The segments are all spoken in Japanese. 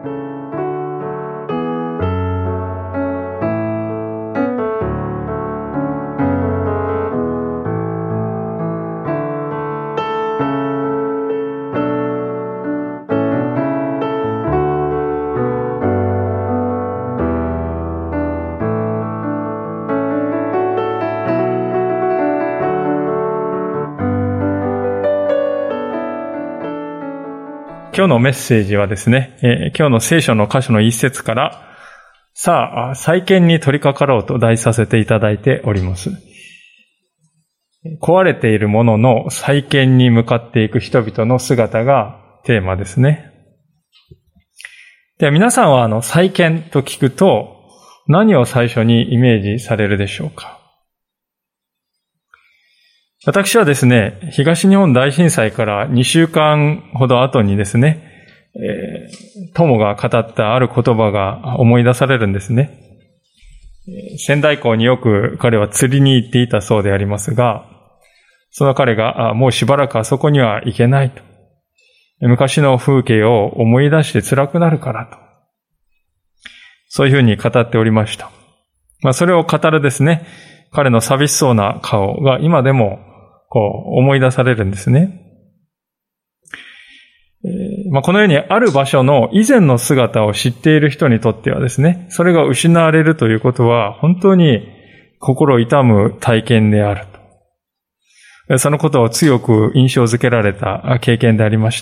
今日のメッセージはですね、今日の聖書の箇所の一節から、さあ、再建に取り掛かろうと題させていただいております。壊れているものの再建に向かっていく人々の姿がテーマですね。では皆さんは再建と聞くと何を最初にイメージされるでしょうか？私はですね、東日本大震災から2週間ほど後にですね、友が語ったある言葉が思い出されるんですね。仙台港によく彼は釣りに行っていたそうでありますが、その彼がもうしばらくあそこには行けないと。昔の風景を思い出して辛くなるからと。そういうふうに語っておりました。それを語るですね、彼の寂しそうな顔が今でも思い出されるんですね。このようにある場所の以前の姿を知っている人にとってはですね、それが失われるということは本当に心痛む体験であると。そのことを強く印象づけられた経験でありました。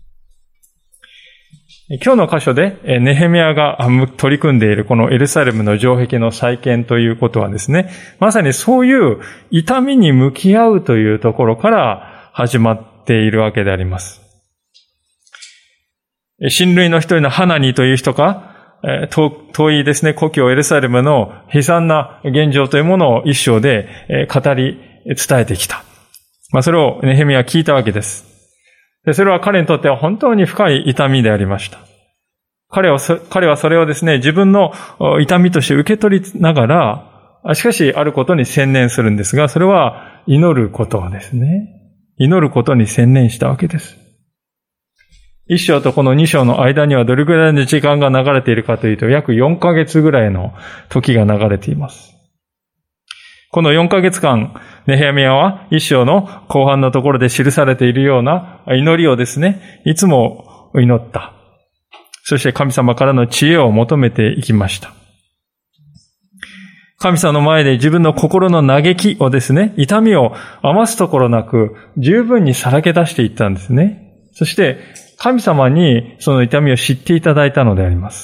今日の箇所でネヘミヤが取り組んでいるこのエルサレムの城壁の再建ということはですね、まさにそういう痛みに向き合うというところから始まっているわけであります。親類の一人のハナニという人が遠いですね、故郷エルサレムの悲惨な現状というものを一章で語り伝えてきた。それをネヘミヤは聞いたわけです。それは彼にとっては本当に深い痛みでありました。彼はそれをですね、自分の痛みとして受け取りながら、しかしあることに専念するんですが、それは祈ることですね。祈ることに専念したわけです。一章とこの二章の間にはどれぐらいの時間が流れているかというと、約4ヶ月ぐらいの時が流れています。この4ヶ月間、ネヘミヤは一章の後半のところで記されているような祈りをですね、いつも祈った。そして神様からの知恵を求めていきました。神様の前で自分の心の嘆きをですね、痛みを余すところなく十分にさらけ出していったんですね。そして神様にその痛みを知っていただいたのであります。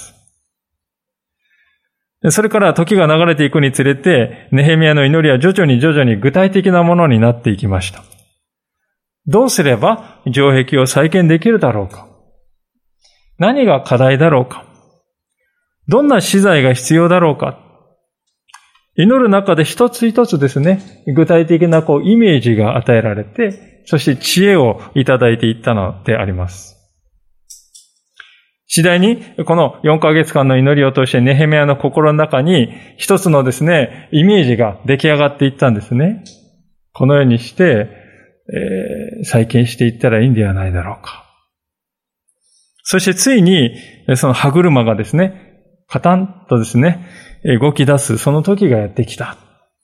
それから時が流れていくにつれて、ネヘミヤの祈りは徐々に具体的なものになっていきました。どうすれば城壁を再建できるだろうか？何が課題だろうか？どんな資材が必要だろうか？祈る中で一つ一つですね、具体的なイメージが与えられて、そして知恵をいただいていったのであります。次第に、この4ヶ月間の祈りを通してネヘミヤの心の中に一つのですね、イメージが出来上がっていったんですね。このようにして、再建していったらいいんではないだろうか。そしてついに、その歯車がですね、カタンとですね、動き出す、その時がやってきた。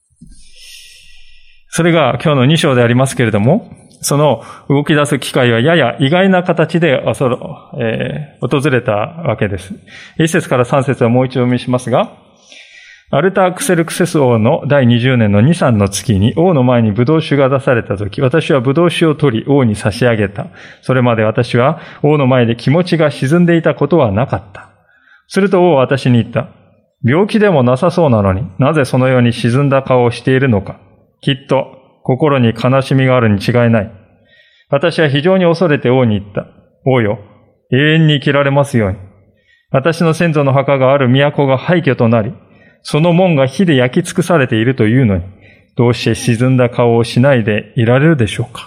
それが今日の2章でありますけれども、その動き出す機会はやや意外な形で訪れたわけです。1節から3節をもう一度お読みしますが、アルタクセルクセス王の第20年の2、3の月に王の前にブドウ酒が出されたとき、私はブドウ酒を取り王に差し上げた。それまで私は王の前で気持ちが沈んでいたことはなかった。すると王は私に言った。病気でもなさそうなのになぜそのように沈んだ顔をしているのか。きっと心に悲しみがあるに違いない。私は非常に恐れて王に言った。王よ、永遠に生きられますように。私の先祖の墓がある都が廃墟となり、その門が火で焼き尽くされているというのに、どうして沈んだ顔をしないでいられるでしょうか。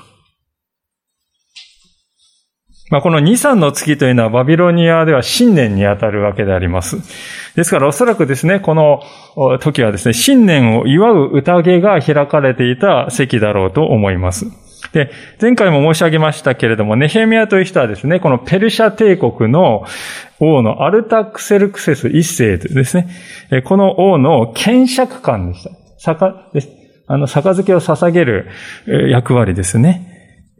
この2、3の月というのはバビロニアでは新年にあたるわけであります。ですからおそらくですね、この時はですね、新年を祝う宴が開かれていた席だろうと思います。 で、前回も申し上げましたけれども、ネヘミヤという人はですね、このペルシャ帝国の王のアルタクセルクセス一世ですね、この王の検釈官でした。杯を捧げる役割ですね。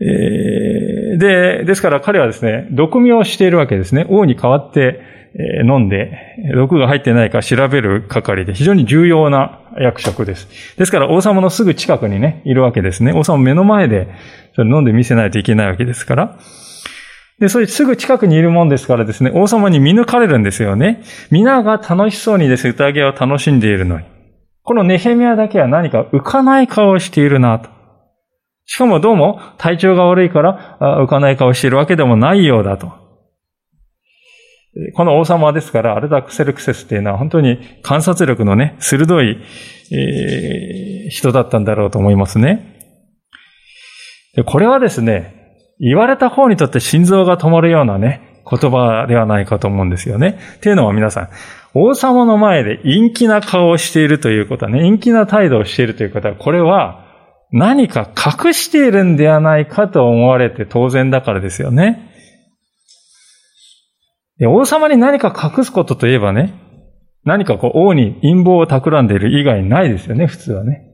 ですから彼はですね、毒味をしているわけですね。王に代わって飲んで、毒が入ってないか調べる係で非常に重要な役職です。ですから王様のすぐ近くにね、いるわけですね。王様目の前でそれ飲んで見せないといけないわけですから。で、そういうすぐ近くにいるもんですからですね、王様に見抜かれるんですよね。皆が楽しそうにですね、宴を楽しんでいるのに。このネヘミヤだけは何か浮かない顔をしているなと。しかもどうも体調が悪いから浮かない顔をしているわけでもないようだと。この王様ですから、アルタクセルクセスっていうのは本当に観察力のね、鋭い、人だったんだろうと思いますね。これはですね、言われた方にとって心臓が止まるようなね、言葉ではないかと思うんですよね。っていうのは皆さん、王様の前で陰気な顔をしているということはね、陰気な態度をしているということは、これは何か隠しているんではないかと思われて当然だからですよね。で、王様に何か隠すことといえばね、何か王に陰謀を企んでいる以外ないですよね、普通はね。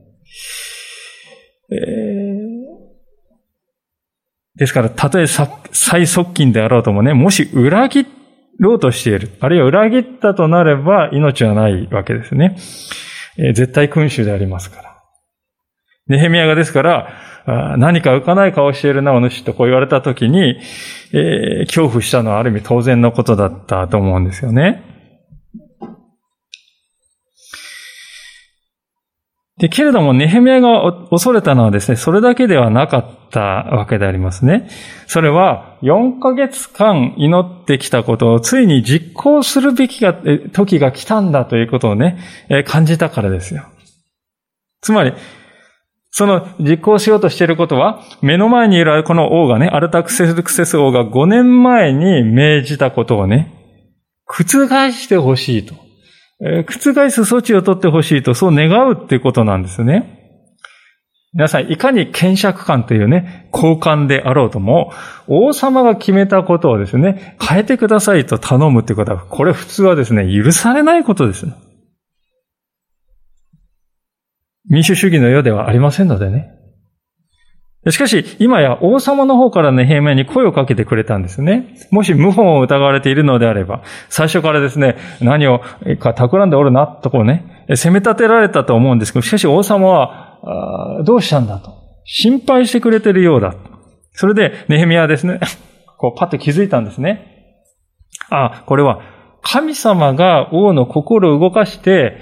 ですから、たとえ最側近であろうともね、もし裏切ろうとしている、あるいは裏切ったとなれば命はないわけですね。絶対君主でありますから。ネヘミヤがですから、何か浮かない顔をしているな、お主とこう言われたときに、恐怖したのはある意味当然のことだったと思うんですよね。で、けれども、ネヘミヤが恐れたのはですね、それだけではなかったわけでありますね。それは、4ヶ月間祈ってきたことをついに実行するべき時が来たんだということをね、感じたからですよ。つまり、その実行しようとしていることは、目の前にいるこの王がね、アルタクセス王が5年前に命じたことをね、覆してほしいと。覆す措置を取ってほしいと、そう願うっていうことなんですね。皆さん、いかに検釈官というね、高官であろうとも、王様が決めたことをですね、変えてくださいと頼むっていうことは、これ普通はですね、許されないことです。民主主義の世ではありませんのでね。しかし、今や王様の方からネヘミヤに声をかけてくれたんですね。もし謀反を疑われているのであれば、最初からですね、何をか企んでおるな、とこうね、責め立てられたと思うんですけど、しかし王様は、どうしたんだと。心配してくれているようだ。それで、ネヘミヤはですね、こうパッと気づいたんですね。これは、神様が王の心を動かして、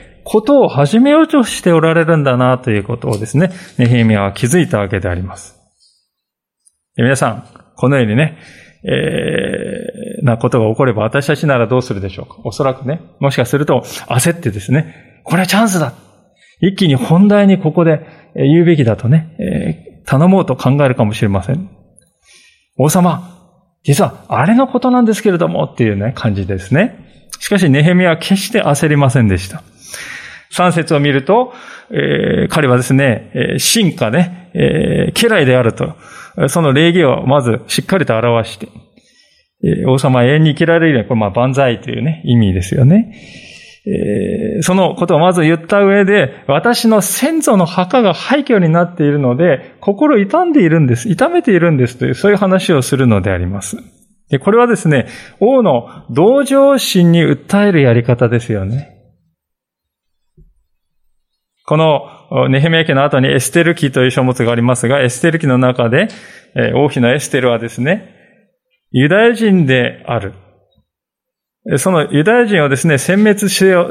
ことを始めようとしておられるんだなということをですね、ネヘミヤは気づいたわけであります。皆さん、このようにね、なことが起これば私たちならどうするでしょうか。おそらくね、もしかすると焦ってですね、これはチャンスだ。一気に本題にここで言うべきだとね、頼もうと考えるかもしれません。王様、実はあれのことなんですけれどもっていうね、感じですね。しかしネヘミヤは決して焦りませんでした。3節を見ると、彼はですね、臣下ね、家来であると、その礼儀をまずしっかりと表して、王様は永遠に生きられるように、これ万歳というね、意味ですよね。そのことをまず言った上で、私の先祖の墓が廃墟になっているので、心痛めているんですという、そういう話をするのであります。で、これはですね、王の同情心に訴えるやり方ですよね。このネヘミヤ記の後にエステル記という書物がありますが、エステル記の中で、王妃のエステルはですね、ユダヤ人である。そのユダヤ人をですね、殲滅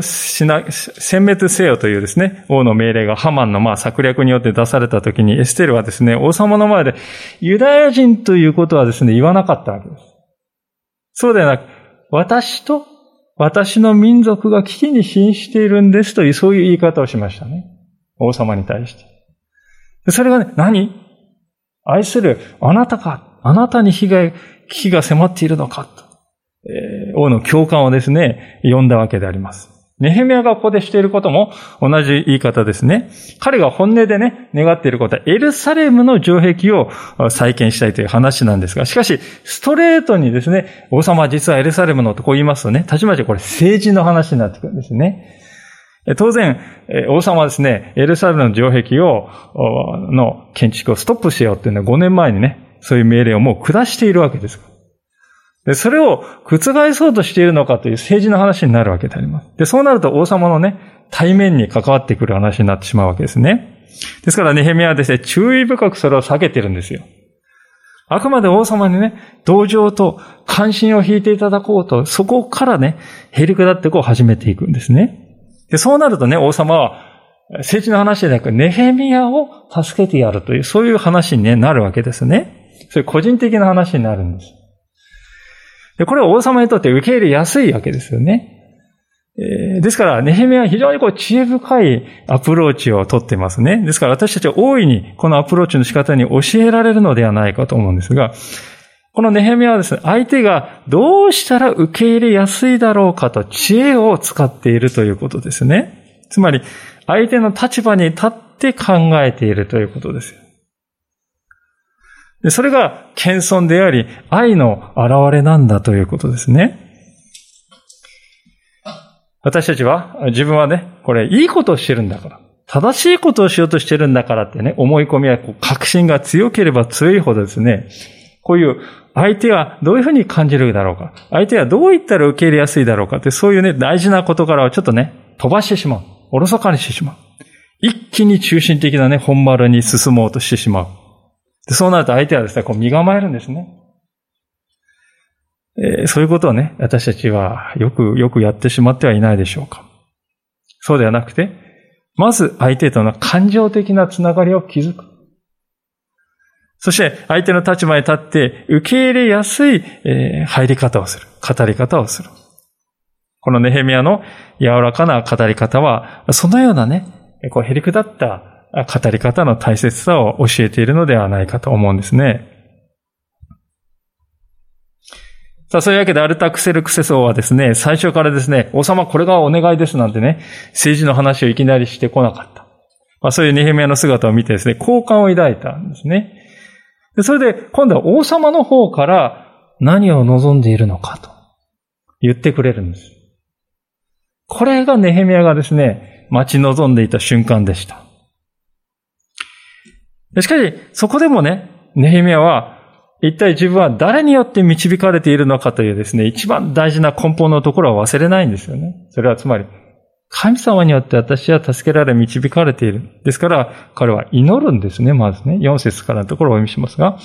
せよというですね、王の命令がハマンの策略によって出されたときに、エステルはですね、王様の前でユダヤ人ということはですね、言わなかったわけです。そうではなく、私と私の民族が危機に瀕しているんですという、そういう言い方をしましたね。王様に対して。それがね、何？愛するあなたか、あなたに危機が迫っているのかと、王の共感をですね、呼んだわけであります。 ネヘミヤがここでしていることも同じ言い方ですね。彼が本音でね、願っていることはエルサレムの城壁を再建したいという話なんですが、しかし、ストレートにですね、王様は実はエルサレムのとこう言いますとね、たちまちこれ政治の話になってくるんですね。当然、王様はですね、エルサレムの城壁の建築をストップしようっていうのは5年前にね、そういう命令をもう下しているわけです。で、それを覆そうとしているのかという政治の話になるわけであります。で、そうなると王様のね、対面に関わってくる話になってしまうわけですね。ですからネヘミヤはですね、注意深くそれを避けてるんですよ。あくまで王様にね、同情と関心を引いていただこうと、そこからね、へりくだってこう始めていくんですね。で、そうなるとね、王様は政治の話でなく、ネヘミヤを助けてやるという、そういう話に、ね、なるわけですね。そういう個人的な話になるんです。で、これは王様にとって受け入れやすいわけですよね。ですから、ネヘミヤは非常に知恵深いアプローチをとっていますね。ですから私たちは大いにこのアプローチの仕方に教えられるのではないかと思うんですが、このネヘミヤはですね、相手がどうしたら受け入れやすいだろうかと知恵を使っているということですね。つまり、相手の立場に立って考えているということですよ。で、それが謙遜であり、愛の表れなんだということですね。私たちは、自分はね、これ、いいことをしてるんだから、正しいことをしようとしてるんだからってね、思い込みや確信が強ければ強いほどですね、こういう相手はどういうふうに感じるだろうか、相手はどう言ったら受け入れやすいだろうかって、そういうね、大事な事柄をちょっとね、飛ばしてしまう。おろそかにしてしまう。一気に中心的なね、本丸に進もうとしてしまう。で、そうなると相手はですね、身構えるんですね。そういうことをね、私たちはよくやってしまってはいないでしょうか。そうではなくて、まず相手との感情的なつながりを築く。そして相手の立場に立って受け入れやすい入り方をする。語り方をする。このネヘミヤの柔らかな語り方は、そのようなね、へりくだった語り方の大切さを教えているのではないかと思うんですね。さあ、そういうわけでアルタクセルクセソはですね、最初からですね、王様これがお願いですなんてね、政治の話をいきなりしてこなかった。そういうネヘミヤの姿を見てですね、好感を抱いたんですね。で、それで今度は王様の方から何を望んでいるのかと言ってくれるんです。これがネヘミヤがですね、待ち望んでいた瞬間でした。しかし、そこでもね、ネヘミヤは一体自分は誰によって導かれているのかというですね、一番大事な根本のところは忘れないんですよね。それはつまり、神様によって私は助けられ導かれている。ですから、彼は祈るんですね、まずね。4節からのところをお読みしますが、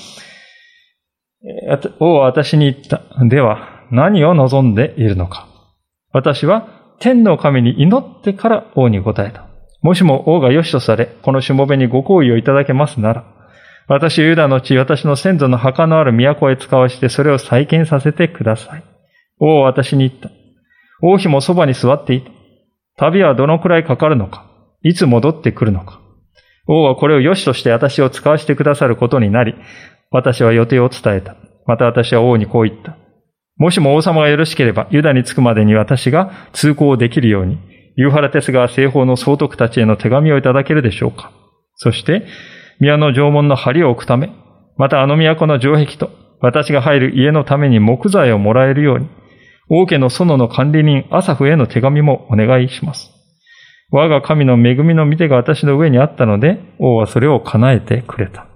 王は私に言った。では、何を望んでいるのか。私は天の神に祈ってから王に答えた。もしも王が良しとされ、このしもべにご好意をいただけますなら、私ユダの地、私の先祖の墓のある都へ使わして、それを再建させてください。王は私に言った。王妃もそばに座っていた。旅はどのくらいかかるのか、いつ戻ってくるのか。王はこれを良しとして私を使わせてくださることになり、私は予定を伝えた。また私は王にこう言った。もしも王様がよろしければ、ユダに着くまでに私が通行できるように、ユーファラテス川西方の総督たちへの手紙をいただけるでしょうか。そして、宮の城門の梁を置くため、またあの都の城壁と、私が入る家のために木材をもらえるように、王家の園の管理人アサフへの手紙もお願いします。我が神の恵みの御手が私の上にあったので、王はそれを叶えてくれた。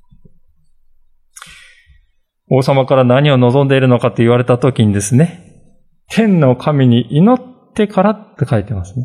王様から何を望んでいるのかと言われたときにですね、天の神に祈ってからって書いてますね。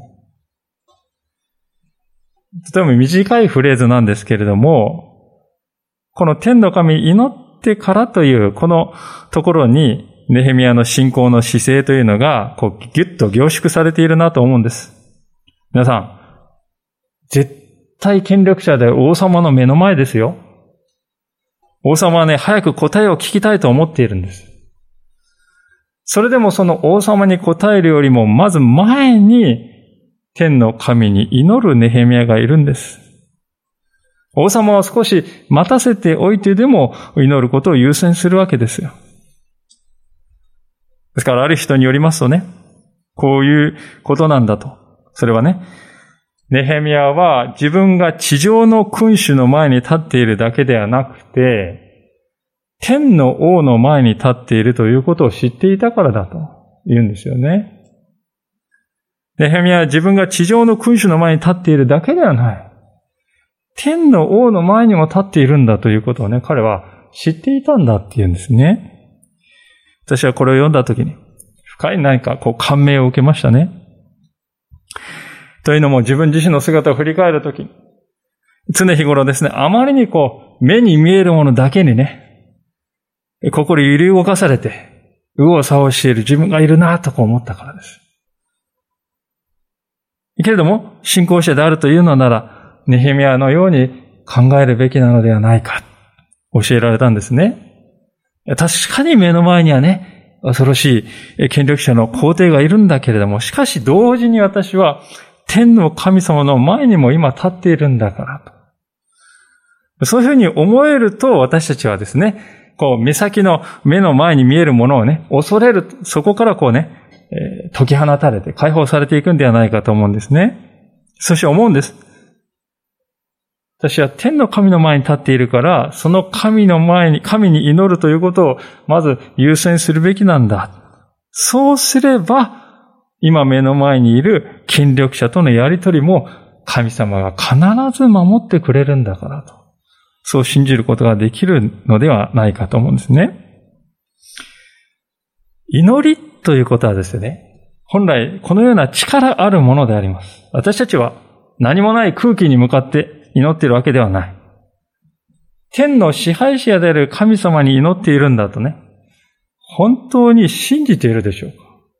とても短いフレーズなんですけれども、この天の神に祈ってからというこのところに、ネヘミヤの信仰の姿勢というのが、ギュッと凝縮されているなと思うんです。皆さん、絶対権力者で王様の目の前ですよ。王様はね、早く答えを聞きたいと思っているんです。それでもその王様に答えるよりも、まず前に天の神に祈るネヘミヤがいるんです。王様は少し待たせておいてでも祈ることを優先するわけですよ。ですからある人によりますとね、 こういうことなんだと。それはね、ネヘミヤは自分が地上の君主の前に立っているだけではなくて、天の王の前に立っているということを知っていたからだと言うんですよね。ネヘミヤは自分が地上の君主の前に立っているだけではない。天の王の前にも立っているんだということをね、彼は知っていたんだって言うんですね。私はこれを読んだときに、深い何か感銘を受けましたね。というのも自分自身の姿を振り返るときに、常日頃ですね、あまりに目に見えるものだけにね、心揺り動かされて、右往左往している自分がいるなと思ったからです。けれども、信仰者であるというのなら、ネヘミヤのように考えるべきなのではないか、教えられたんですね。確かに目の前にはね、恐ろしい権力者の皇帝がいるんだけれども、しかし同時に私は天の神様の前にも今立っているんだからと。そういうふうに思えると私たちはですね、目先の目の前に見えるものをね、恐れる、そこから解き放たれて解放されていくんではないかと思うんですね。そして思うんです。私は天の神の前に立っているから、その神の前に、神に祈るということをまず優先するべきなんだ。そうすれば、今目の前にいる権力者とのやりとりも神様が必ず守ってくれるんだからと。そう信じることができるのではないかと思うんですね。祈りということはですね、本来このような力あるものであります。私たちは何もない空気に向かって祈っているわけではない。天の支配者である神様に祈っているんだとね、本当に信じているでしょうか。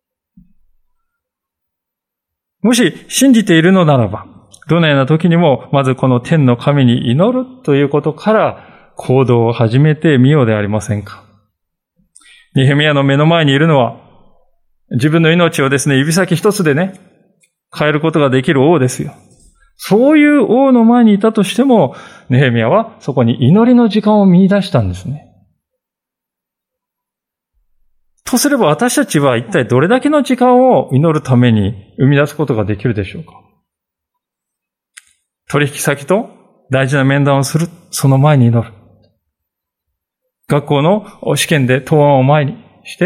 もし信じているのならば、どのような時にもまずこの天の神に祈るということから行動を始めてみようではありませんか。ネヘミヤの目の前にいるのは、自分の命をですね、指先一つでね、変えることができる王ですよ。そういう王の前にいたとしても、ネヘミヤはそこに祈りの時間を見出したんですね。とすれば私たちは一体どれだけの時間を祈るために生み出すことができるでしょうか。取引先と大事な面談をする、その前に祈る。学校の試験で答案を前にして、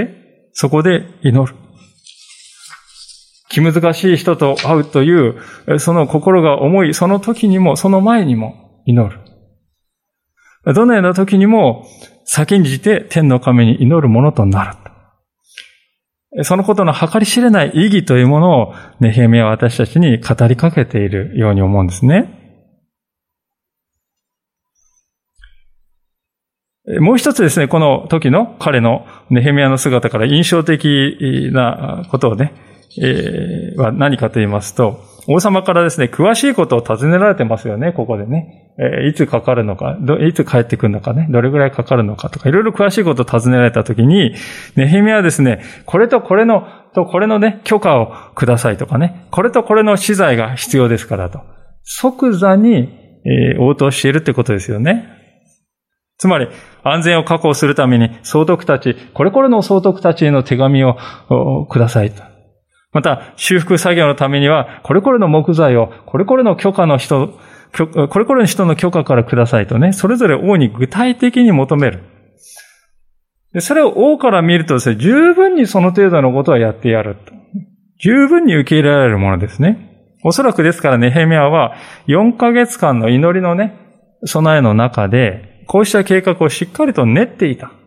そこで祈る。気難しい人と会うという、その心が重い、その時にも、その前にも祈る。どのような時にも、先んじて天の神に祈るものとなる。そのことの計り知れない意義というものを、ネヘミヤは私たちに語りかけているように思うんですね。もう一つですね、この時の彼のネヘミヤの姿から印象的なことをね、は何かと言いますと、王様からですね、詳しいことを尋ねられてますよね、ここでね。いつかかるのか、いつ帰ってくるのかね、どれぐらいかかるのかとか、いろいろ詳しいことを尋ねられたときに、ネヘミヤはですね、これとこれのね、許可をくださいとかね、これとこれの資材が必要ですからと、即座に応答しているってことですよね。つまり、安全を確保するために、総督たち、これこれの総督たちへの手紙をくださいと。また、修復作業のためには、これこれの木材を、これこれの人の許可からくださいとね、それぞれ王に具体的に求める。で、それを王から見るとですね、十分にその程度のことはやってやると。十分に受け入れられるものですね。おそらくですからネヘミヤは、4ヶ月間の祈りのね、備えの中で、こうした計画をしっかりと練っていた。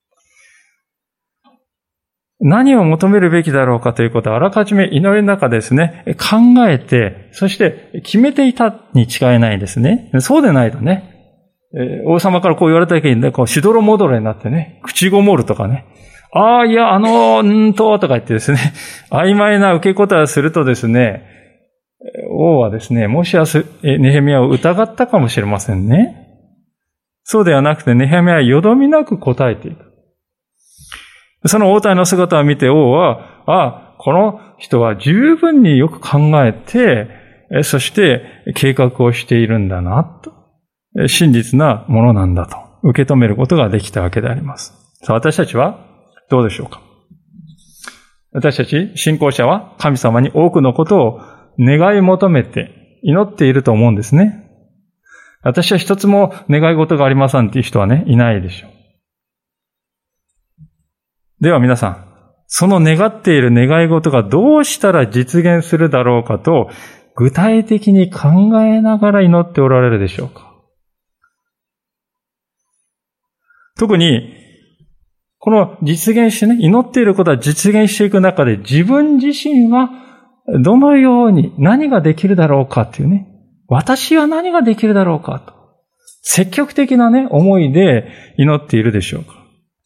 何を求めるべきだろうかということをあらかじめ祈りの中でですね、考えて、そして決めていたに違いないですね。そうでないとね、王様からこう言われた時にね、しどろもどろになってね、口ごもるとかね、とか言ってですね、曖昧な受け答えをするとですね、王はですね、もしやネヘミヤを疑ったかもしれませんね。そうではなくて、ネヘミヤはよどみなく答えていく。その王体の姿を見て王は、この人は十分によく考えて、そして計画をしているんだな、と。真実なものなんだと受け止めることができたわけであります。さあ、私たちはどうでしょうか。 私たち信仰者は神様に多くのことを願い求めて祈っていると思うんですね。私は一つも願い事がありませんっていう人はね、いないでしょう。では皆さん、その願っている願い事がどうしたら実現するだろうかと、具体的に考えながら祈っておられるでしょうか。特に、この実現してね、祈っていることは実現していく中で自分自身はどのように何ができるだろうかっていうね、私は何ができるだろうかと、積極的なね、思いで祈っているでしょうか。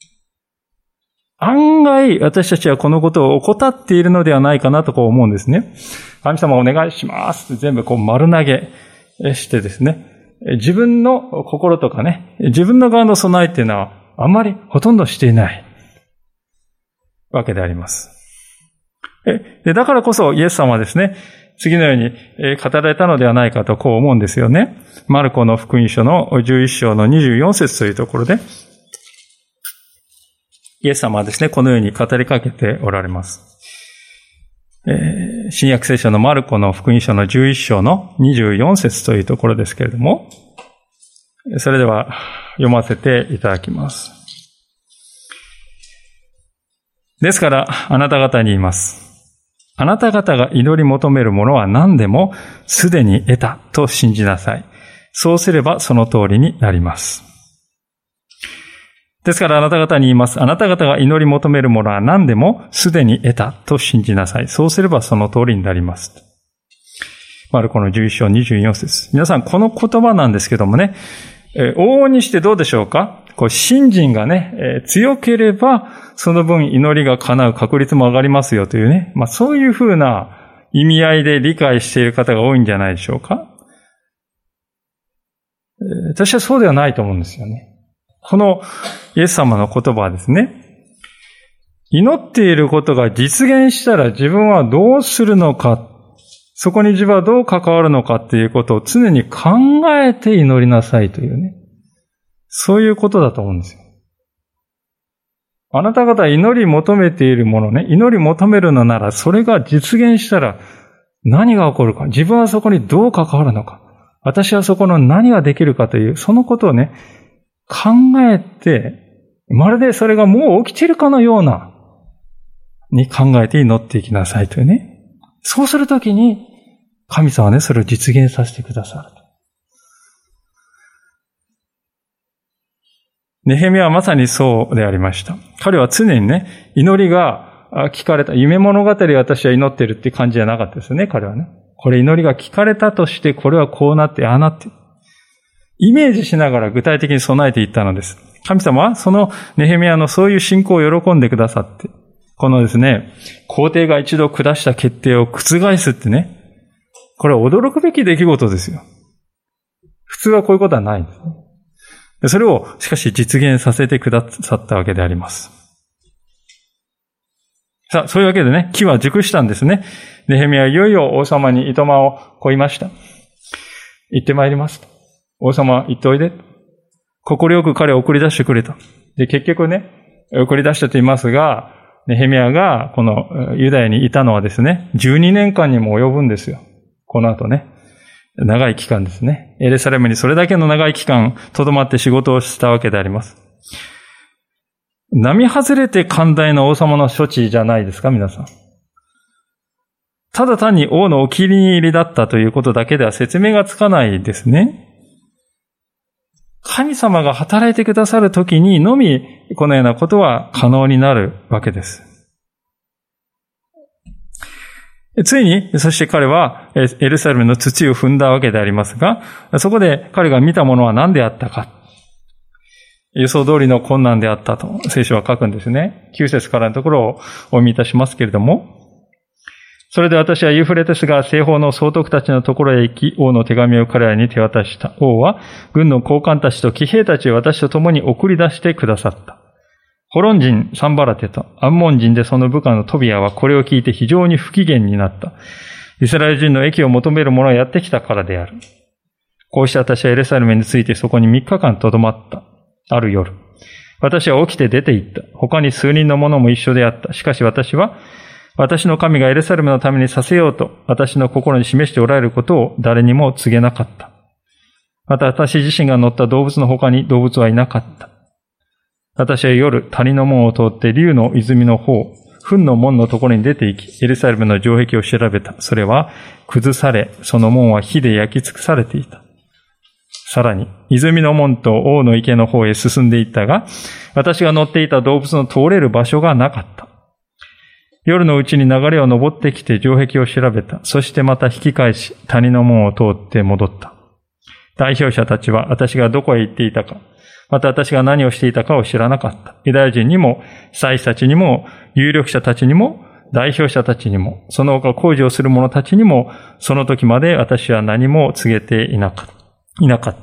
案外、私たちはこのことを怠っているのではないかなとこう思うんですね。神様お願いしますって全部こう丸投げしてですね、自分の心とかね、自分の側の備えっていうのはあんまりほとんどしていないわけであります。でだからこそイエス様はですね、次のように語られたのではないかとこう思うんですよね。マルコの福音書の11章の24節というところで、イエス様はですね、このように語りかけておられます。新約聖書のマルコの福音書の11章の24節というところですけれども、それでは読ませていただきます。ですから、あなた方に言います。あなた方が祈り求めるものは何でもすでに得たと信じなさい。そうすればその通りになります。ですからあなた方に言います。あなた方が祈り求めるものは何でもすでに得たと信じなさい。そうすればその通りになります。マルコの11章24節。皆さんこの言葉なんですけどもね、往々にしてどうでしょうか？信心がね、強ければその分祈りが叶う確率も上がりますよというね、そういうふうな意味合いで理解している方が多いんじゃないでしょうか？私はそうではないと思うんですよね。このイエス様の言葉はですね、祈っていることが実現したら自分はどうするのか、そこに自分はどう関わるのかっていうことを常に考えて祈りなさいというね、そういうことだと思うんですよ。あなた方祈り求めているものね、祈り求めるのならそれが実現したら何が起こるか、自分はそこにどう関わるのか、私はそこの何ができるかという、そのことをね、考えて、まるでそれがもう起きているかのような、に考えて祈っていきなさいというね。そうするときに、神様はね、それを実現させてくださる。ネヘミヤはまさにそうでありました。彼は常にね、祈りが聞かれた、夢物語を私は祈っているっていう感じじゃなかったですね、彼はね。これ祈りが聞かれたとして、これはこうなって、ああなって。イメージしながら具体的に備えていったのです。神様はそのネヘミヤのそういう信仰を喜んでくださって、このですね、皇帝が一度下した決定を覆すってね、これは驚くべき出来事ですよ。普通はこういうことはないんですね。それをしかし実現させてくださったわけであります。さあ、そういうわけでね、機は熟したんですね。ネヘミヤはいよいよ王様に糸間を乞いました。行ってまいりますと。王様行っておいで。心よく彼を送り出してくれと。で、結局ね、送り出したと言いますが、ネヘミヤがこのユダヤにいたのはですね、12年間にも及ぶんですよ。この後ね。長い期間ですね。エルサレムにそれだけの長い期間、とどまって仕事をしたわけであります。並外れて寛大な王様の処置じゃないですか、皆さん。ただ単に王のお気に入りだったということだけでは説明がつかないですね。神様が働いてくださるときにのみ、このようなことは可能になるわけです。ついに、そして彼はエルサレムの土を踏んだわけでありますが、そこで彼が見たものは何であったか。予想通りの困難であったと聖書は書くんですね。9節からのところをお読みいたしますけれども、それで私はユーフレテスが西方の総督たちのところへ行き、王の手紙を彼らに手渡した。王は軍の高官たちと騎兵たちを私と共に送り出してくださった。ホロン人サンバラテとアンモン人でその部下のトビアはこれを聞いて非常に不機嫌になった。イスラエル人の益を求める者がやってきたからである。こうして私はエルサレムについてそこに3日間とどまった。ある夜。私は起きて出て行った。他に数人の者も一緒であった。しかし私は私の神がエルサレムのためにさせようと、私の心に示しておられることを誰にも告げなかった。また私自身が乗った動物の他に動物はいなかった。私は夜、谷の門を通って竜の泉の方、糞の門のところに出て行き、エルサレムの城壁を調べた。それは崩され、その門は火で焼き尽くされていた。さらに、泉の門と王の池の方へ進んでいったが、私が乗っていた動物の通れる場所がなかった。夜のうちに流れを登ってきて城壁を調べた。そしてまた引き返し、谷の門を通って戻った。代表者たちは私がどこへ行っていたか、また私が何をしていたかを知らなかった。ユダヤ人にも、祭司たちにも、有力者たちにも、代表者たちにも、その他工事をする者たちにも、その時まで私は何も告げていなかった。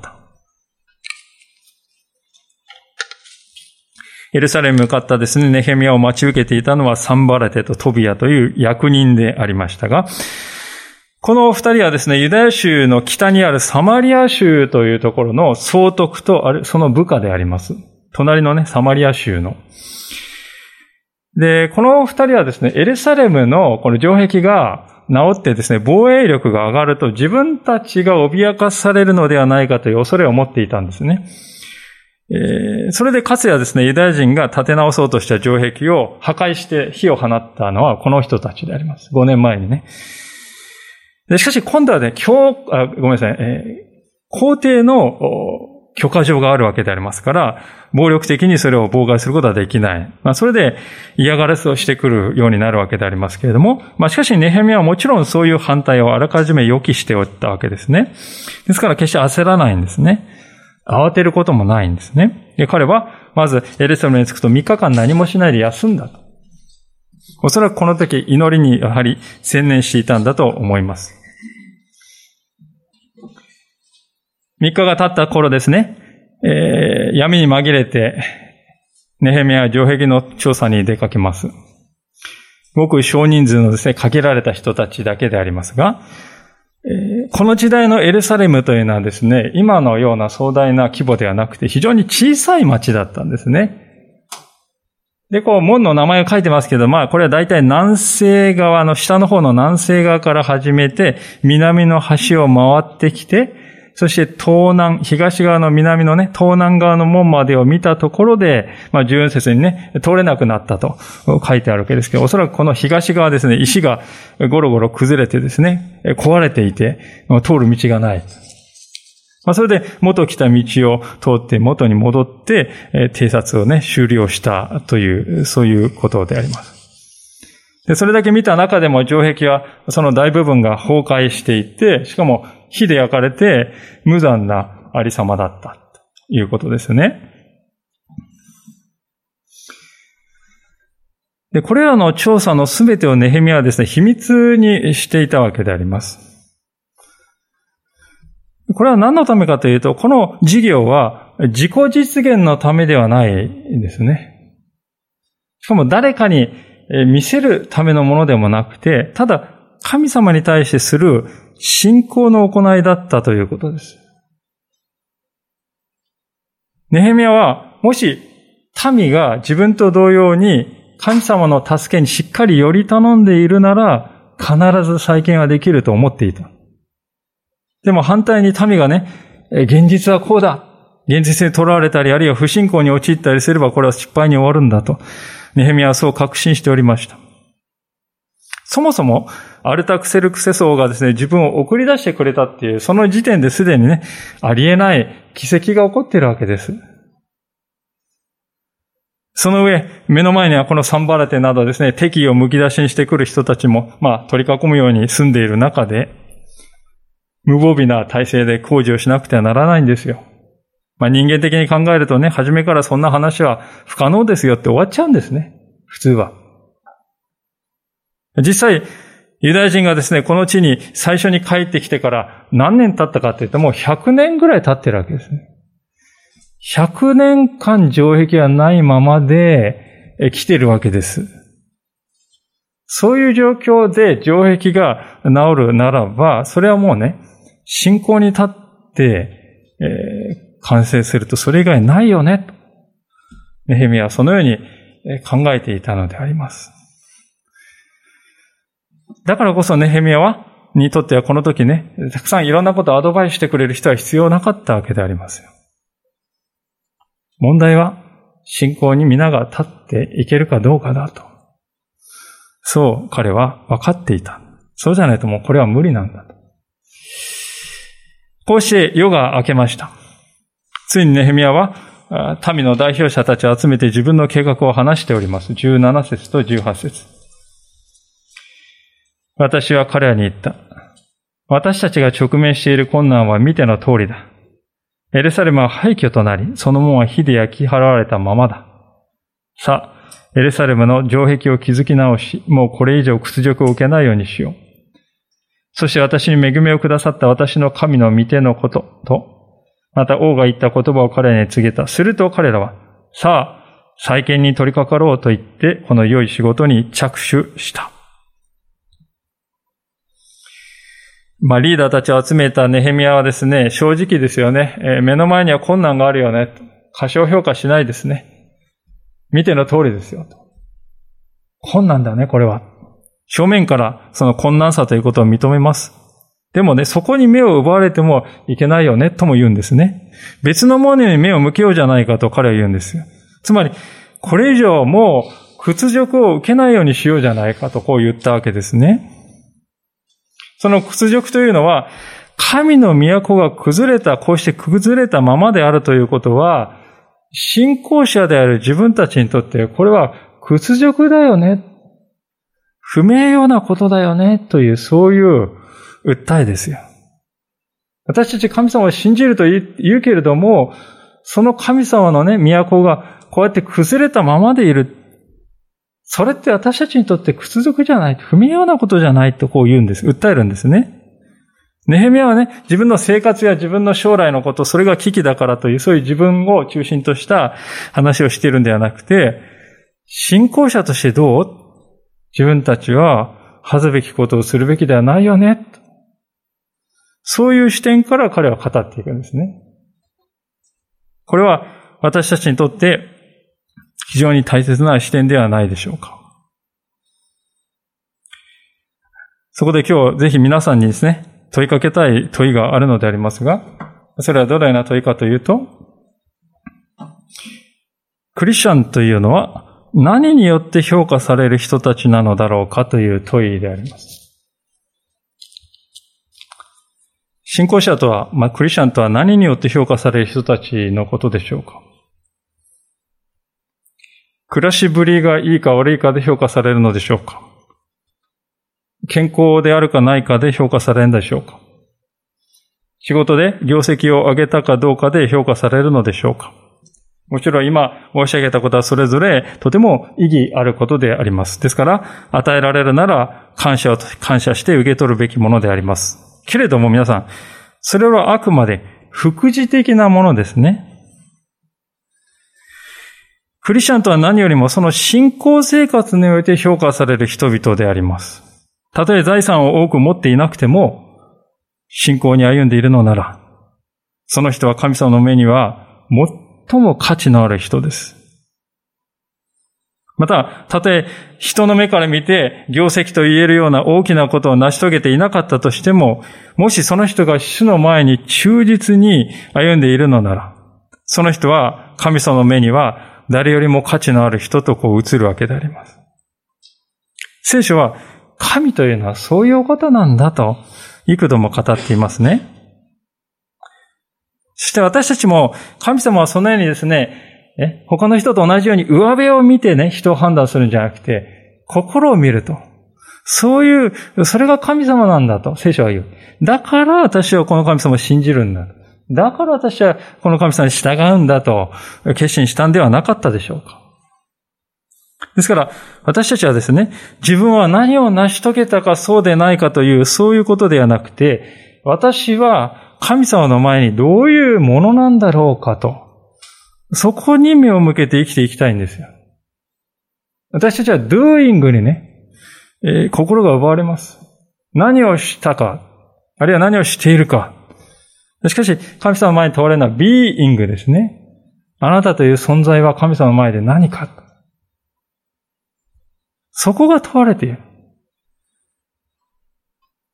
エルサレムに向かったですね、ネヘミヤを待ち受けていたのはサンバラテとトビアという役人でありましたが、この二人はですね、ユダヤ州の北にあるサマリア州というところの総督と、その部下であります。隣のね、サマリア州の。で、この二人はですね、エルサレムのこの城壁が治ってですね、防衛力が上がると自分たちが脅かされるのではないかという恐れを持っていたんですね。それでかつやですね、ユダヤ人が建て直そうとした城壁を破壊して火を放ったのはこの人たちであります。5年前にね。でしかし今度はね、ごめんなさい、皇帝の許可状があるわけでありますから、暴力的にそれを妨害することはできない。それで嫌がらせをしてくるようになるわけでありますけれども、しかしネヘミヤはもちろんそういう反対をあらかじめ予期しておったわけですね。ですから決して焦らないんですね。慌てることもないんですね。で、彼はまずエルサレムに着くと3日間何もしないで休んだと。おそらくこの時祈りにやはり専念していたんだと思います。3日が経った頃ですね、闇に紛れて、ネヘミヤは城壁の調査に出かけます。ごく少人数のですね、限られた人たちだけでありますが、この時代のエルサレムというのはですね、今のような壮大な規模ではなくて、非常に小さい町だったんですね。で、門の名前を書いてますけど、これは大体南西側の、下の方の南西側から始めて、南の端を回ってきて、そして東側の南のね、東南側の門までを見たところで、14節にね、通れなくなったと書いてあるわけですけど、おそらくこの東側ですね、石がゴロゴロ崩れてですね、壊れていて、通る道がない。それで元来た道を通って元に戻って、偵察をね、終了したという、そういうことであります。で、それだけ見た中でも城壁はその大部分が崩壊していて、しかも火で焼かれて無残なありさまだったということですね。で、これらの調査のすべてをネヘミヤはですね、秘密にしていたわけであります。これは何のためかというと、この事業は自己実現のためではないんですね。しかも誰かに見せるためのものでもなくて、ただ神様に対してする信仰の行いだったということです。ネヘミヤは、もし民が自分と同様に神様の助けにしっかりより頼んでいるなら、必ず再建はできると思っていた。でも反対に民がね、現実はこうだ。現実に囚われたり、あるいは不信仰に陥ったりすれば、これは失敗に終わるんだと。ネヘミヤはそう確信しておりました。そもそも、アルタクセルクセソーがですね、自分を送り出してくれたっていう、その時点ですでにね、ありえない奇跡が起こっているわけです。その上、目の前にはこのサンバラテなどですね、敵意を剥き出しにしてくる人たちも、取り囲むように住んでいる中で、無防備な体制で工事をしなくてはならないんですよ。人間的に考えるとね、初めからそんな話は不可能ですよって終わっちゃうんですね。普通は。実際、ユダヤ人がですね、この地に最初に帰ってきてから何年経ったかというと、もう100年ぐらい経ってるわけですね。100年間城壁はないままで来てるわけです。そういう状況で城壁が治るならば、それはもうね、信仰に立って、完成するとそれ以外ないよね。ネヘミヤはそのように考えていたのであります。 だからこそネヘミヤにとってはこの時ね、たくさんいろんなことをアドバイスしてくれる人は必要なかったわけでありますよ。問題は、信仰に皆が立っていけるかどうかだと。そう彼は分かっていた。そうじゃないともうこれは無理なんだと。こうして夜が明けました。ついにネヘミヤは民の代表者たちを集めて自分の計画を話しております。17節と18節。私は彼らに言った。私たちが直面している困難は見ての通りだ。エルサレムは廃墟となり、その門は火で焼き払われたままだ。さあ、エルサレムの城壁を築き直し、もうこれ以上屈辱を受けないようにしよう。そして私に恵みをくださった私の神の御手のことと、また王が言った言葉を彼らに告げた。すると彼らは、さあ、再建に取り掛かろうと言って、この良い仕事に着手した。リーダーたちを集めたネヘミヤはですね、正直ですよね。目の前には困難があるよね。過小評価しないですね。見ての通りですよ。困難だね、これは。正面からその困難さということを認めます。でもね、そこに目を奪われてもいけないよね、とも言うんですね。別のものに目を向けようじゃないかと彼は言うんですよ。つまり、これ以上もう屈辱を受けないようにしようじゃないかとこう言ったわけですね。その屈辱というのは、神の都が崩れた、こうして崩れたままであるということは、信仰者である自分たちにとって、これは屈辱だよね。不名誉なことだよね。という、そういう訴えですよ。私たち神様を信じると言うけれども、その神様のね、都がこうやって崩れたままでいる。それって私たちにとって屈辱じゃない、不名誉なことじゃないとこう言うんです。訴えるんですね。ネヘミヤはね、自分の生活や自分の将来のこと、それが危機だからという、そういう自分を中心とした話をしているんではなくて、信仰者としてどう？自分たちは恥ずべきことをするべきではないよね。そういう視点から彼は語っていくんですね。これは私たちにとって非常に大切な視点ではないでしょうか。そこで今日ぜひ皆さんにですね、問いかけたい問いがあるのでありますが、それはどのような問いかというと、クリスチャンというのは何によって評価される人たちなのだろうかという問いであります。信仰者とは、クリスチャンとは何によって評価される人たちのことでしょうか。暮らしぶりがいいか悪いかで評価されるのでしょうか。健康であるかないかで評価されるのでしょうか。仕事で業績を上げたかどうかで評価されるのでしょうか。もちろん今申し上げたことはそれぞれとても意義あることであります。ですから、与えられるなら感謝して受け取るべきものであります。けれども皆さん、それはあくまで副次的なものですね。クリスチャンとは何よりもその信仰生活において評価される人々であります。たとえ財産を多く持っていなくても、信仰に歩んでいるのなら、その人は神様の目には最も価値のある人です。また、たとえ人の目から見て業績と言えるような大きなことを成し遂げていなかったとしても、もしその人が主の前に忠実に歩んでいるのなら、その人は神様の目には誰よりも価値のある人と映るわけであります。聖書は神というのはそういうことなんだと幾度も語っていますね。そして私たちも神様はそのようにですね、他の人と同じように上辺を見てね、人を判断するんじゃなくて、心を見ると。そういう、それが神様なんだと聖書は言う。だから私はこの神様を信じるんだ。だから私はこの神様に従うんだと決心したんではなかったでしょうか。ですから、私たちはですね、自分は何を成し遂げたかそうでないかという、そういうことではなくて、私は神様の前にどういうものなんだろうかと、そこに目を向けて生きていきたいんですよ。私たちは doing にね、心が奪われます。何をしたか、あるいは何をしているか。しかし、神様の前に問われるのは being ですね。あなたという存在は神様の前で何か。そこが問われている。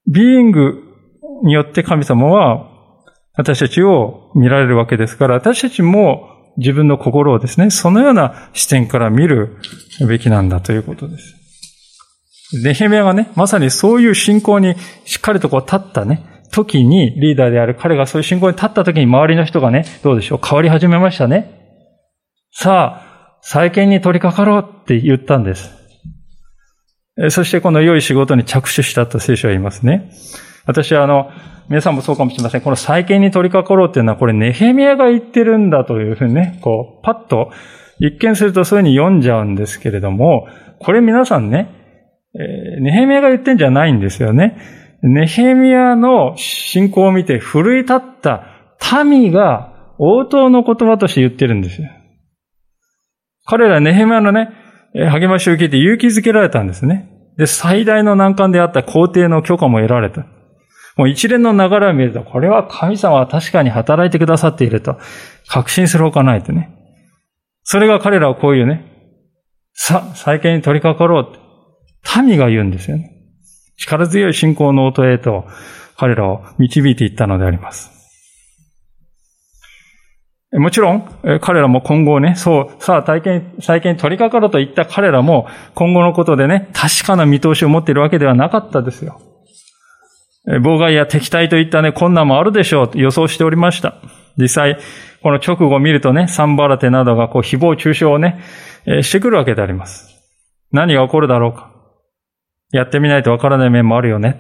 ビーイングによって神様は私たちを見られるわけですから、私たちも自分の心をですね、そのような視点から見るべきなんだということです。ネヘミヤがね、まさにそういう信仰にしっかりと立ったね、時に、リーダーである彼がそういう信仰に立った時に周りの人がね、どうでしょう、変わり始めましたね。さあ、再建に取り掛かろうって言ったんです。そしてこの良い仕事に着手したと聖書は言いますね。私は皆さんもそうかもしれません。この再建に取り掛かろうっていうのは、これネヘミヤが言ってるんだというふうにね、パッと一見するとそういうふうに読んじゃうんですけれども、これ皆さんね、ネヘミヤが言ってんじゃないんですよね。ネヘミヤの信仰を見て奮い立った民が応答の言葉として言ってるんですよ。彼らネヘミヤのね、励ましを受けて勇気づけられたんですね。で、最大の難関であった皇帝の許可も得られた。もう一連の流れを見ると、これは神様は確かに働いてくださっていると確信するほかないとね。それが彼らはこういうね、再建に取り掛かろうって、民が言うんですよね。力強い信仰の音へと彼らを導いていったのであります。もちろん、彼らも今後ね、再建に取り掛かろうと言った彼らも、今後のことでね、確かな見通しを持っているわけではなかったですよ。妨害や敵対といったね、困難もあるでしょうと予想しておりました。実際、この直後を見るとね、サンバラテなどが誹謗中傷をね、してくるわけであります。何が起こるだろうか。やってみないとわからない面もあるよね。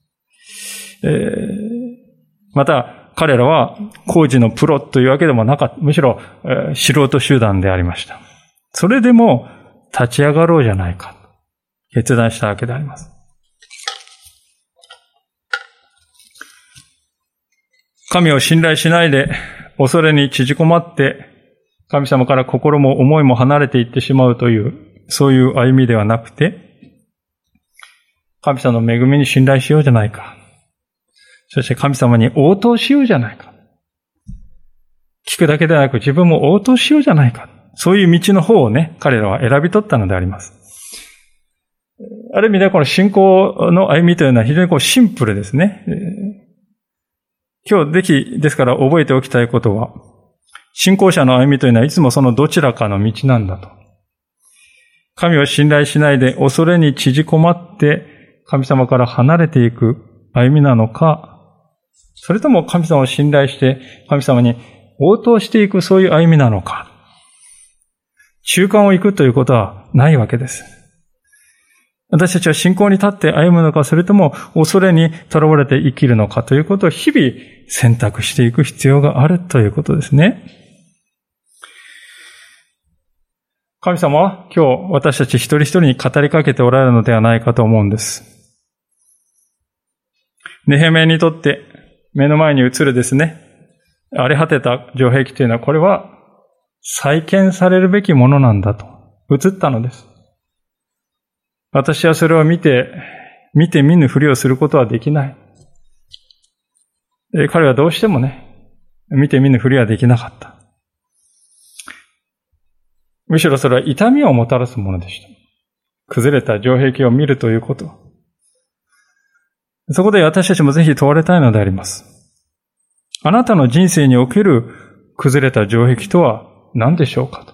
また、彼らは工事のプロというわけでもなかった。むしろ、素人集団でありました。それでも立ち上がろうじゃないか。決断したわけであります。神を信頼しないで恐れに縮こまって神様から心も思いも離れていってしまうという、そういう歩みではなくて、神様の恵みに信頼しようじゃないか。そして神様に応答しようじゃないか。聞くだけではなく自分も応答しようじゃないか。そういう道の方をね、彼らは選び取ったのであります。ある意味でこの信仰の歩みというのは非常にシンプルですね。今日ですから覚えておきたいことは、信仰者の歩みというのはいつもそのどちらかの道なんだと。神を信頼しないで恐れに縮こまって神様から離れていく歩みなのか、それとも神様を信頼して神様に応答していくそういう歩みなのか。中間を行くということはないわけです。私たちは信仰に立って歩むのか、それとも恐れにとらわれて生きるのかということを日々選択していく必要があるということですね。神様は今日私たち一人一人に語りかけておられるのではないかと思うんです。ネヘミヤにとって目の前に映るですね、荒れ果てた城壁というのは、これは再建されるべきものなんだと映ったのです。私はそれを見て見ぬふりをすることはできない。彼はどうしてもね、見て見ぬふりはできなかった。むしろそれは痛みをもたらすものでした。崩れた城壁を見るということ。そこで私たちもぜひ問われたいのであります。あなたの人生における崩れた城壁とは何でしょうかと。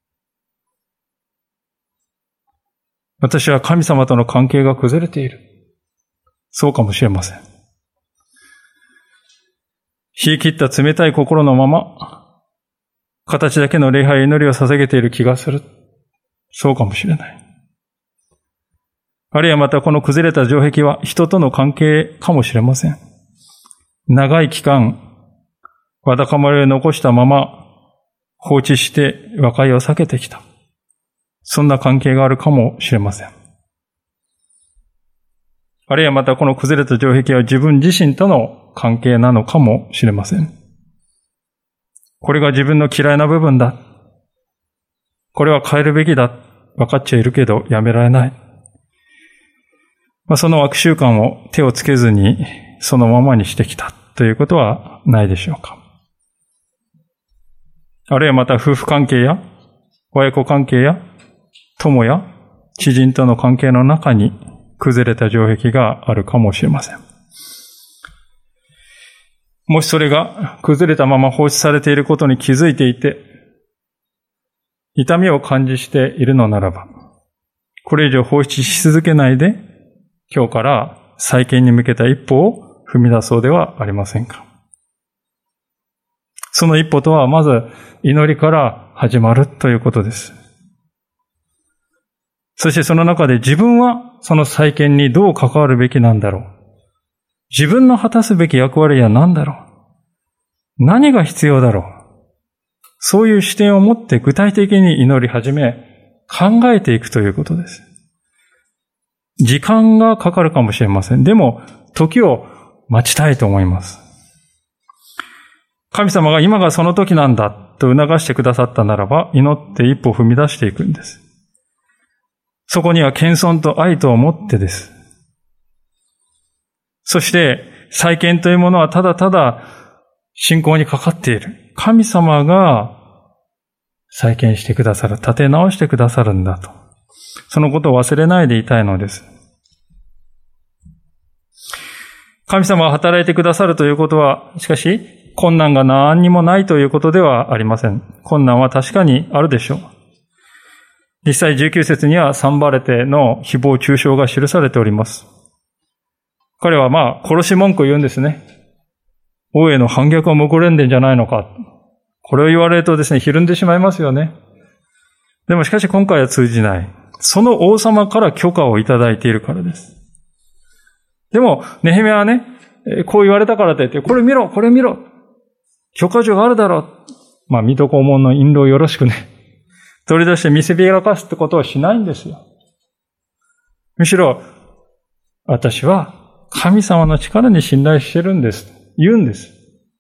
私は神様との関係が崩れている。そうかもしれません。冷え切った冷たい心のまま、形だけの礼拝、祈りを捧げている気がする。そうかもしれない。あるいはまたこの崩れた城壁は人との関係かもしれません。長い期間、わだかまりを残したまま放置して和解を避けてきた。そんな関係があるかもしれません。あるいはまたこの崩れた城壁は自分自身との関係なのかもしれません。これが自分の嫌いな部分だ。これは変えるべきだ。分かっちゃいるけどやめられない。その悪習慣を手をつけずにそのままにしてきたということはないでしょうか。あるいはまた夫婦関係や親子関係や友や知人との関係の中に崩れた城壁があるかもしれません。もしそれが崩れたまま放置されていることに気づいていて、痛みを感じしているのならば、これ以上放置し続けないで、今日から再建に向けた一歩を踏み出そうではありませんか。その一歩とは、まず祈りから始まるということです。そしてその中で自分はその再建にどう関わるべきなんだろう。自分の果たすべき役割は何だろう。何が必要だろう。そういう視点を持って具体的に祈り始め、考えていくということです。時間がかかるかもしれません。でも、時を待ちたいと思います。神様が今がその時なんだと促してくださったならば、祈って一歩踏み出していくんです。そこには謙遜と愛とを持ってです。そして、再建というものはただただ信仰にかかっている。神様が再建してくださる、立て直してくださるんだと。そのことを忘れないでいたいのです。神様が働いてくださるということは、しかし、困難が何にもないということではありません。困難は確かにあるでしょう。実際19節にはサンバレテの誹謗中傷が記されております。彼は殺し文句を言うんですね。王への反逆を報れんでんじゃないのか。これを言われるとですね、ひるんでしまいますよね。でもしかし今回は通じない。その王様から許可をいただいているからです。でも、ネヘミヤはね、こう言われたからといって、これ見ろ、これ見ろ。許可状があるだろう。水戸黄門の印籠よろしくね。取り出して見せびらかすってことはしないんですよ。むしろ、私は神様の力に信頼してるんです。言うんです。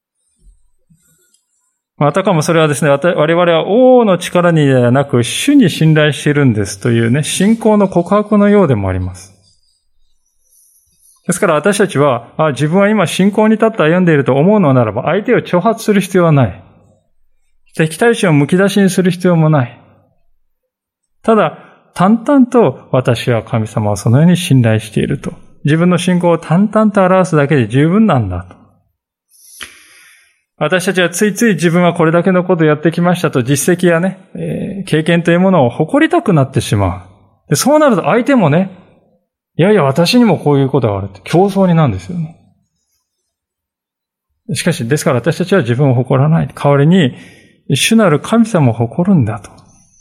あたかもそれはですね、我々は王の力にではなく、主に信頼しているんですというね、信仰の告白のようでもあります。ですから私たちは、自分は今信仰に立って歩んでいると思うのならば、相手を挑発する必要はない。敵対心をむき出しにする必要もない。ただ、淡々と私は神様をそのように信頼していると。自分の信仰を淡々と表すだけで十分なんだと。私たちはついつい自分はこれだけのことをやってきましたと実績やね、経験というものを誇りたくなってしまう。でそうなると相手もね、いやいや私にもこういうことがあるって競争になるんですよね。しかし、ですから私たちは自分を誇らない。代わりに、主なる神様を誇るんだと。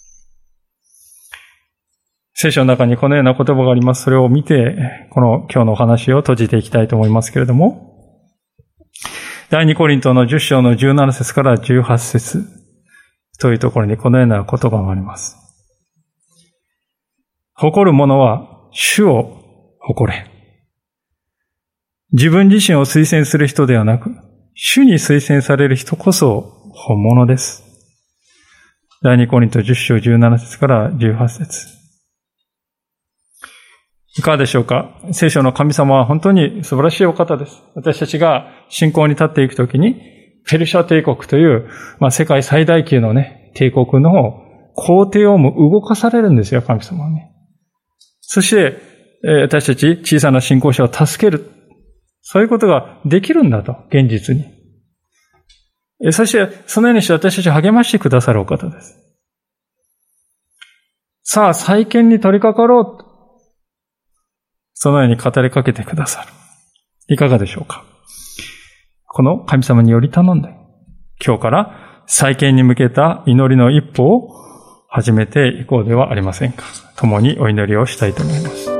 聖書の中にこのような言葉があります。それを見て、この今日のお話を閉じていきたいと思いますけれども、第2コリントの10章の17節から18節というところにこのような言葉があります。誇る者は主を誇れ。自分自身を推薦する人ではなく、主に推薦される人こそ本物です。第2コリント10章17節から18節いかがでしょうか。聖書の神様は本当に素晴らしいお方です。私たちが信仰に立っていくときに、ペルシャ帝国という、世界最大級のね、帝国の皇帝をも動かされるんですよ、神様はね。そして、私たち小さな信仰者を助ける。そういうことができるんだと、現実に。そして、そのようにして私たちを励ましてくださるお方です。さあ、再建に取り掛かろうと。そのように語りかけてくださる。いかがでしょうか。この神様により頼んで、今日から再建に向けた祈りの一歩を始めていこうではありませんか。共にお祈りをしたいと思います。